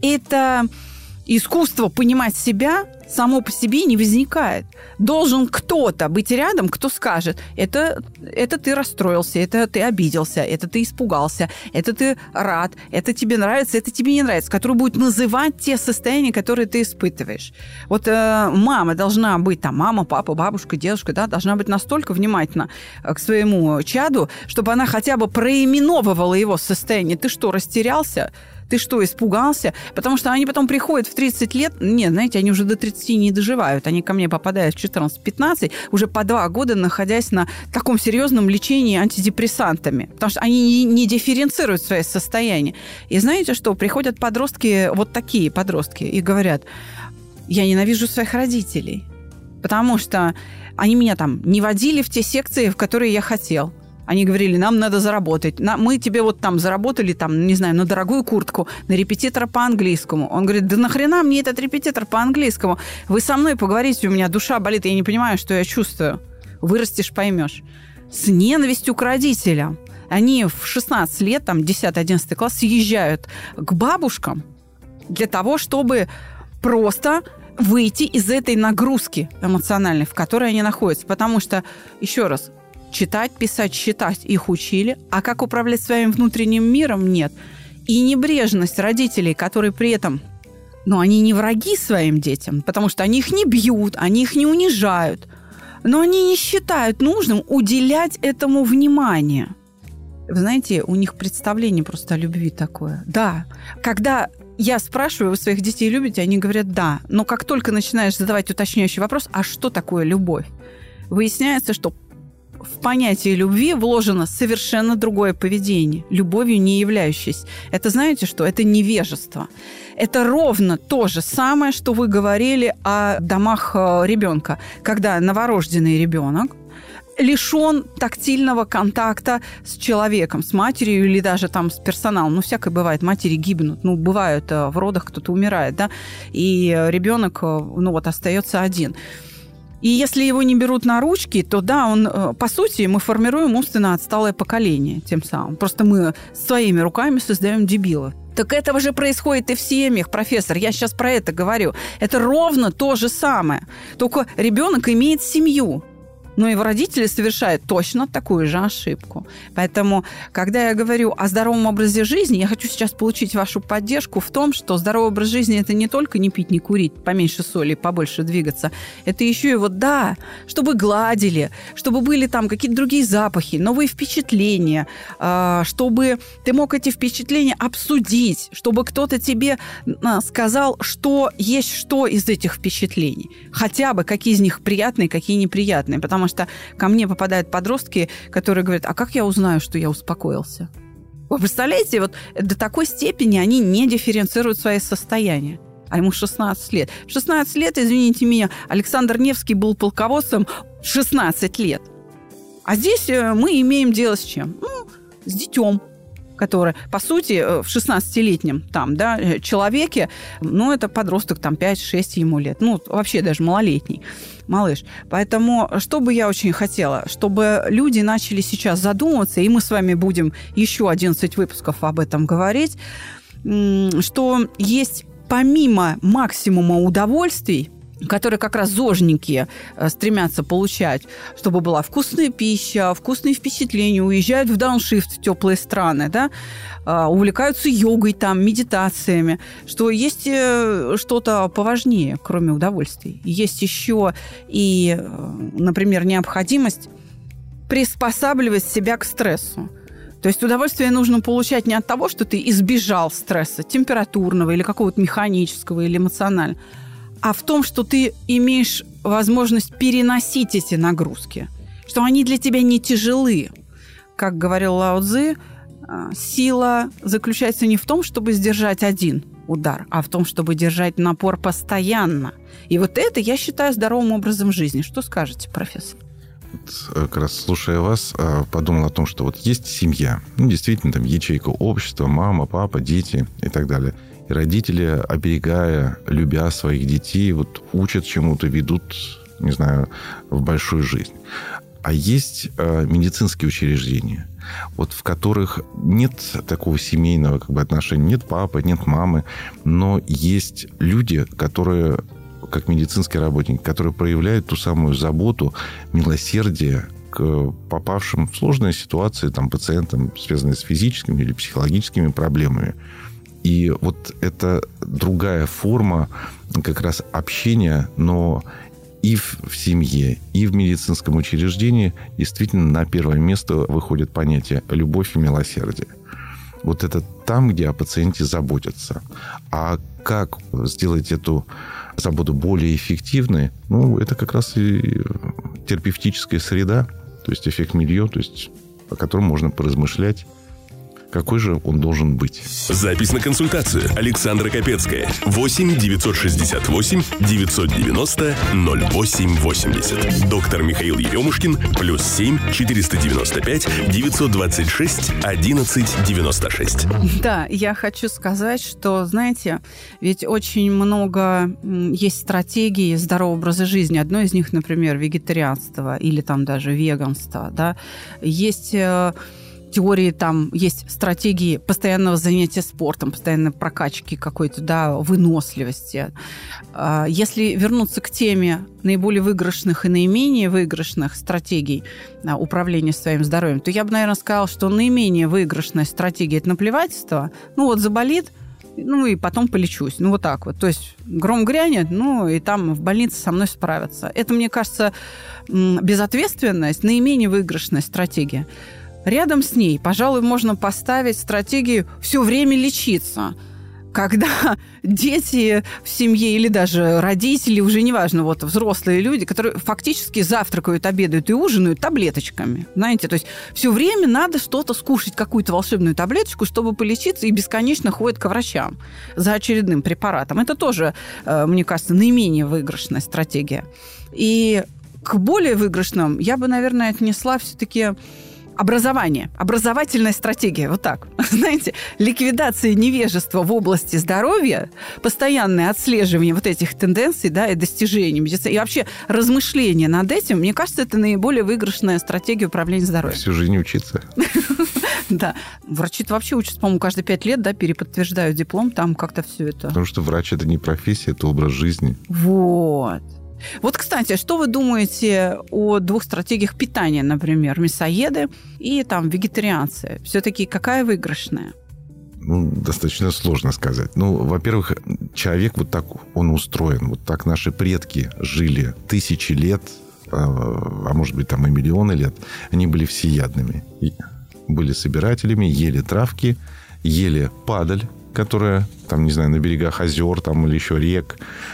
Это искусство понимать себя само по себе не возникает. Должен кто-то быть рядом, кто скажет, это ты расстроился, это ты обиделся, это ты испугался, это ты рад, это тебе нравится, это тебе не нравится, который будет называть те состояния, которые ты испытываешь. Вот мама должна быть, там, мама, папа, бабушка, дедушка, да, должна быть настолько внимательна к своему чаду, чтобы она хотя бы проименовывала его состояние. Ты что, растерялся? Ты что, испугался? Потому что они потом приходят в 30 лет, нет, знаете, они уже до 30 не доживают. Они ко мне попадают в 14-15, уже по 2 года находясь на таком серьезном лечении антидепрессантами. Потому что они не дифференцируют свои состояния. И знаете что? Приходят подростки, вот такие подростки, и говорят, я ненавижу своих родителей, потому что они меня там не водили в те секции, в которые я хотел. Они говорили, нам надо заработать. Мы тебе вот там заработали, там, не знаю, на дорогую куртку, на репетитора по английскому. Он говорит, да нахрена мне этот репетитор по английскому? Вы со мной поговорите, у меня душа болит, я не понимаю, что я чувствую. Вырастешь, поймешь. С ненавистью к родителям. Они в 16 лет, там, 10-11 класс, съезжают к бабушкам для того, чтобы просто выйти из этой нагрузки эмоциональной, в которой они находятся. Потому что, еще раз, читать, писать, считать их учили, а как управлять своим внутренним миром – нет. И небрежность родителей, которые при этом, они не враги своим детям, потому что они их не бьют, они их не унижают, но они не считают нужным уделять этому внимание. Вы знаете, у них представление просто о любви такое. Да, когда я спрашиваю, вы своих детей любите, они говорят «да», но как только начинаешь задавать уточняющий вопрос, а что такое любовь? Выясняется, что в понятие любви вложено совершенно другое поведение, любовью не являющееся. Это знаете что? Это невежество. Это ровно то же самое, что вы говорили о домах ребенка, когда новорожденный ребенок лишен тактильного контакта с человеком, с матерью или даже там с персоналом. Всякое бывает, матери гибнут, бывают в родах, кто-то умирает, да, и ребенок, остается один. И если его не берут на ручки, то да, он, по сути, мы формируем умственно отсталое поколение тем самым. Просто мы своими руками создаем дебилов. Так этого же происходит и в семьях, профессор. Я сейчас про это говорю. Это ровно то же самое. Только ребенок имеет семью. Но его родители совершают точно такую же ошибку. Поэтому, когда я говорю о здоровом образе жизни, я хочу сейчас получить вашу поддержку в том, что здоровый образ жизни – это не только не пить, не курить, поменьше соли, побольше двигаться. Это еще и чтобы гладили, чтобы были там какие-то другие запахи, новые впечатления, чтобы ты мог эти впечатления обсудить, чтобы кто-то тебе сказал, что есть что из этих впечатлений. Хотя бы какие из них приятные, какие неприятные. Потому что ко мне попадают подростки, которые говорят, а как я узнаю, что я успокоился? Вы представляете, до такой степени они не дифференцируют свои состояния. А ему 16 лет. В 16 лет, извините меня, Александр Невский был полководцем 16 лет. А здесь мы имеем дело с чем? С детем, который, по сути, в 16-летнем там, да, человеке, ну, это подросток, там, 5-6 ему лет. Ну, вообще даже малолетний малыш. Поэтому, что бы я очень хотела, чтобы люди начали сейчас задумываться, и мы с вами будем еще 11 выпусков об этом говорить, что есть помимо максимума удовольствий, которые как раз зожники стремятся получать, чтобы была вкусная пища, вкусные впечатления, уезжают в дауншифт в теплые страны, да, увлекаются йогой, там, медитациями, что есть что-то поважнее, кроме удовольствий. Есть еще и, например, необходимость приспосабливать себя к стрессу. То есть удовольствие нужно получать не от того, что ты избежал стресса температурного или какого-то механического или эмоционального, а в том, что ты имеешь возможность переносить эти нагрузки, что они для тебя не тяжелы. Как говорил Лао Цзы, сила заключается не в том, чтобы сдержать один удар, а в том, чтобы держать напор постоянно. И вот это я считаю здоровым образом жизни. Что скажете, профессор? Как раз слушая вас, подумал о том, что вот есть семья, ну, действительно, там ячейка общества, мама, папа, дети и так далее. И родители, оберегая, любя своих детей, вот учат чему-то, ведут, не знаю, в большую жизнь. А есть медицинские учреждения, вот в которых нет такого семейного как бы отношения, нет папы, нет мамы, но есть люди, которые, как медицинские работники, которые проявляют ту самую заботу, милосердие к попавшим в сложные ситуации там, пациентам, связанные с физическими или психологическими проблемами. И вот это другая форма как раз общения, но и в семье, и в медицинском учреждении действительно на первое место выходит понятие «любовь и милосердие». Вот это там, где о пациенте заботятся. А как сделать эту заботу более эффективной? Ну, это как раз и терапевтическая среда, то есть эффект мильё, то есть о котором можно поразмышлять. Какой же он должен быть? Запись на консультацию. Александра Капецкая. 8-968-990-08-80. Доктор Михаил Еремушкин. +7 495 926 11 96. Да, я хочу сказать, что, знаете, ведь очень много есть стратегий здорового образа жизни. Одно из них, например, вегетарианство или там даже веганство. Да? Есть теории, там есть стратегии постоянного занятия спортом, постоянной прокачки какой-то, да, выносливости. Если вернуться к теме наиболее выигрышных и наименее выигрышных стратегий управления своим здоровьем, то я бы, наверное, сказала, что наименее выигрышная стратегия – это наплевательство. Ну вот заболит, ну и потом полечусь. Ну вот так вот. То есть гром грянет, ну и там в больнице со мной справятся. Это, мне кажется, безответственность, наименее выигрышная стратегия. Рядом с ней, пожалуй, можно поставить стратегию все время лечиться. Когда дети в семье или даже родители, уже неважно, вот взрослые люди, которые фактически завтракают, обедают и ужинают таблеточками. Знаете, то есть все время надо что-то скушать, какую-то волшебную таблеточку, чтобы полечиться, и бесконечно ходят к врачам за очередным препаратом. Это тоже, мне кажется, наименее выигрышная стратегия. И к более выигрышным я бы, наверное, отнесла все-таки образование, образовательная стратегия, вот так. Знаете, ликвидация невежества в области здоровья, постоянное отслеживание вот этих тенденций, да, и достижений медицины, и вообще размышления над этим, мне кажется, это наиболее выигрышная стратегия управления здоровьем. Всю жизнь учиться. Да. Врачи-то вообще учатся, по-моему, каждые 5 лет, да, переподтверждают диплом, там как-то все это. Потому что врач – это не профессия, это образ жизни. Вот. Вот, кстати, что вы думаете о двух стратегиях питания, например, мясоеды и там вегетарианцы? Все-таки какая выигрышная? Ну, достаточно сложно сказать. Ну, во-первых, человек вот так, он устроен. Вот так наши предки жили тысячи лет, а может быть, там и миллионы лет. Они были всеядными. Были собирателями, ели травки, ели падаль, которая, там, не знаю, на берегах озер там, или еще рек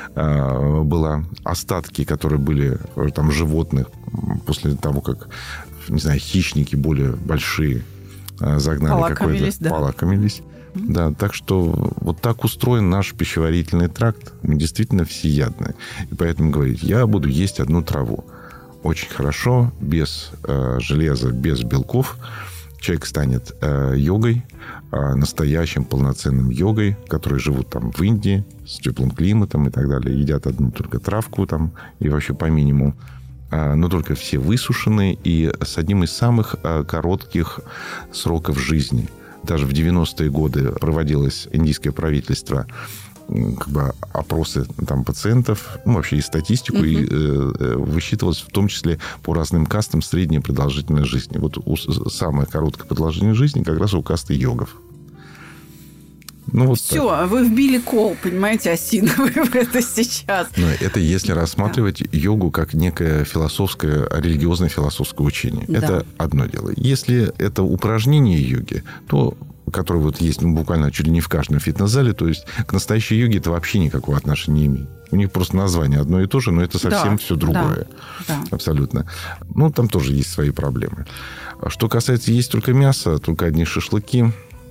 была. Остатки, которые были там животных после того, как, не знаю, хищники более большие загнали какой-то... Полакомились. Да, так что вот так устроен наш пищеварительный тракт. Мы действительно всеядные. И поэтому говорить, я буду есть одну траву. Очень хорошо, без железа, без белков. человек станет йогой, настоящим полноценным йогой, которые живут там в Индии с теплым климатом и так далее, едят одну только травку там и вообще по минимуму, но только все высушенные и с одним из самых коротких сроков жизни. Даже в 90-е годы проводилось индийское правительство опросы там пациентов, вообще и статистику, и высчитывалось в том числе по разным кастам средняя продолжительность жизни. Вот самая короткая продолжительность жизни как раз у касты йогов. Все, так. Вы вбили кол, понимаете, осиновый в это сейчас. Но это если рассматривать йогу как некое философское, религиозное философское учение. Да. Это одно дело. Если это упражнение йоги, то который вот есть буквально чуть ли не в каждом фитнес-зале, то есть к настоящей йоге это вообще никакого отношения не имеет. У них просто название одно и то же, но это совсем все другое. Да. Абсолютно. Там тоже есть свои проблемы. Что касается есть только мясо, только одни шашлыки,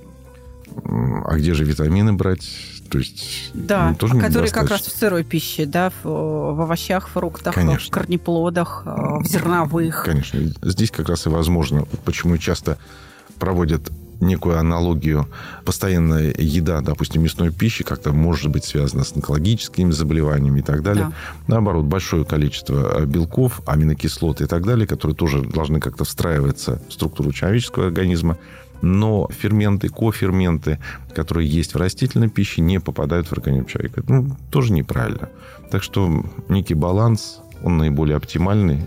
а где же витамины брать? То есть, тоже которые как раз в сырой пище, да, в овощах, фруктах, конечно. В корнеплодах, в зерновых. Конечно. Здесь как раз и возможно, почему часто проводят некую аналогию. Постоянная еда, допустим, мясной пищи как-то может быть связана с онкологическими заболеваниями и так далее. Да. Наоборот, большое количество белков, аминокислот и так далее, которые тоже должны как-то встраиваться в структуру человеческого организма. Но ферменты, коферменты, которые есть в растительной пище, не попадают в организм человека. Тоже неправильно. Так что некий баланс, он наиболее оптимальный,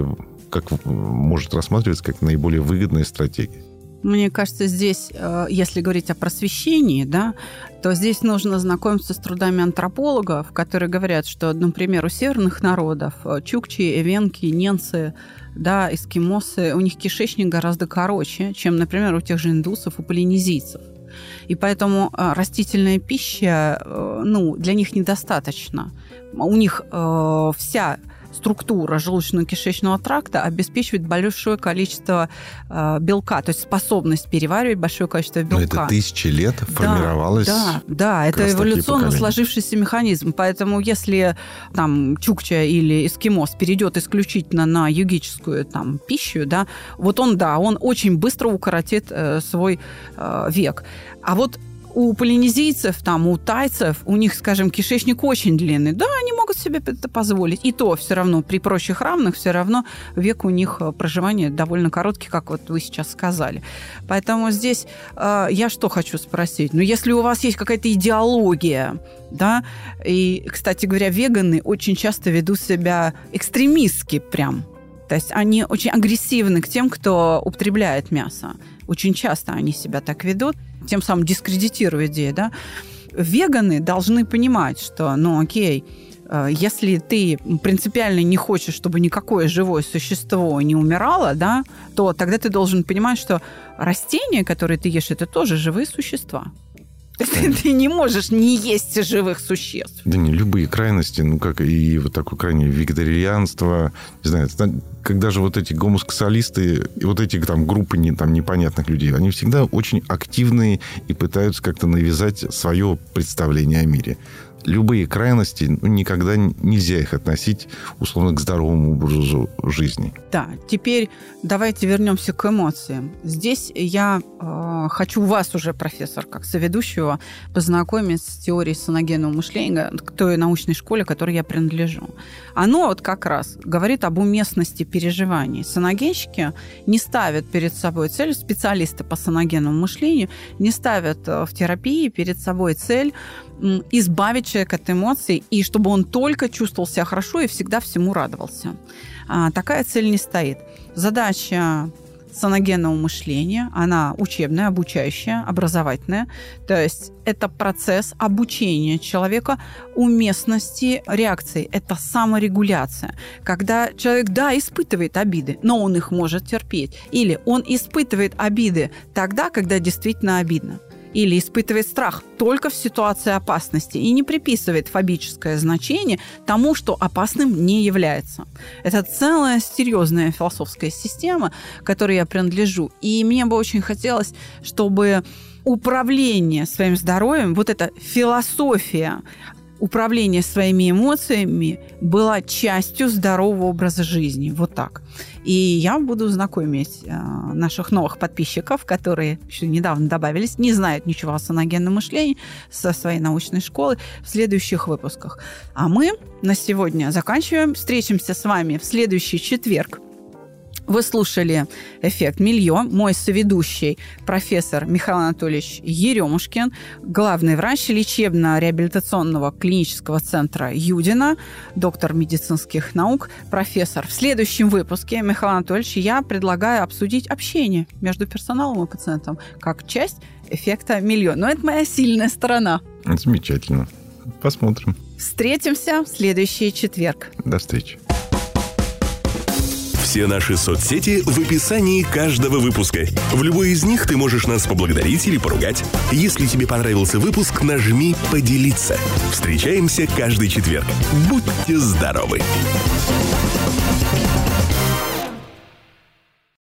может рассматриваться как наиболее выгодная стратегия. Мне кажется, здесь, если говорить о просвещении, да, то здесь нужно знакомиться с трудами антропологов, которые говорят, что, например, у северных народов, чукчи, эвенки, ненцы, да, эскимосы, у них кишечник гораздо короче, чем, например, у тех же индусов, у полинезийцев. И поэтому растительная пища, для них недостаточно. У них вся структура желудочно-кишечного тракта обеспечивает большое количество белка, то есть способность переваривать большое количество белка. Но это тысячи лет формировалось. Да, это эволюционно сложившийся механизм. Поэтому если там чукча или эскимос перейдет исключительно на йогическую там пищу, да, вот он очень быстро укоротит свой век. А вот у полинезийцев, у тайцев, у них, скажем, кишечник очень длинный. Да, они могут себе это позволить. И то все равно при прочих равных все равно век у них проживания довольно короткий, как вот вы сейчас сказали. Поэтому здесь я что хочу спросить? Если у вас есть какая-то идеология, да, и, кстати говоря, веганы очень часто ведут себя экстремистски прям. То есть они очень агрессивны к тем, кто употребляет мясо. Очень часто они себя так ведут, тем самым дискредитируя идею, да. Веганы должны понимать, что, окей, если ты принципиально не хочешь, чтобы никакое живое существо не умирало, да, то тогда ты должен понимать, что растения, которые ты ешь, это тоже живые существа. Ты не можешь не есть живых существ. Да не, любые крайности, как и вот такое крайнее вегетарианство, не знаю, когда же вот эти гомосексуалисты и вот эти там группы непонятных людей, они всегда очень активные и пытаются как-то навязать свое представление о мире. Любые крайности, никогда нельзя их относить, условно, к здоровому образу жизни. Да, теперь давайте вернемся к эмоциям. Здесь я хочу вас уже, профессор, как соведущего, познакомить с теорией саногенного мышления, к той научной школе, к которой я принадлежу. Оно вот как раз говорит об уместности переживаний. Саногенщики не ставят перед собой цель, специалисты по саногенному мышлению не ставят в терапии перед собой цель избавить человека от эмоций, и чтобы он только чувствовал себя хорошо и всегда всему радовался. Такая цель не стоит. Задача саногенного мышления, она учебная, обучающая, образовательная. То есть это процесс обучения человека уместности реакций. Это саморегуляция. Когда человек, испытывает обиды, но он их может терпеть. Или он испытывает обиды тогда, когда действительно обидно. Или испытывает страх только в ситуации опасности и не приписывает фобическое значение тому, что опасным не является. Это целая серьезная философская система, к которой я принадлежу. И мне бы очень хотелось, чтобы управление своим здоровьем, вот эта философия управление своими эмоциями было частью здорового образа жизни. Вот так. И я буду знакомить наших новых подписчиков, которые еще недавно добавились, не знают ничего о саногенном мышлении, со своей научной школы, в следующих выпусках. А мы на сегодня заканчиваем. Встретимся с вами в следующий четверг. Вы слушали «Эффект Мильё». Мой соведущий профессор Михаил Анатольевич Еремушкин, главный врач лечебно-реабилитационного клинического центра Юдина, доктор медицинских наук, профессор. В следующем выпуске, Михаил Анатольевич, я предлагаю обсудить общение между персоналом и пациентом как часть эффекта Мильё. Но это моя сильная сторона. Замечательно. Посмотрим. Встретимся в следующий четверг. До встречи. Все наши соцсети в описании каждого выпуска. В любой из них ты можешь нас поблагодарить или поругать. Если тебе понравился выпуск, нажми «Поделиться». Встречаемся каждый четверг. Будьте здоровы!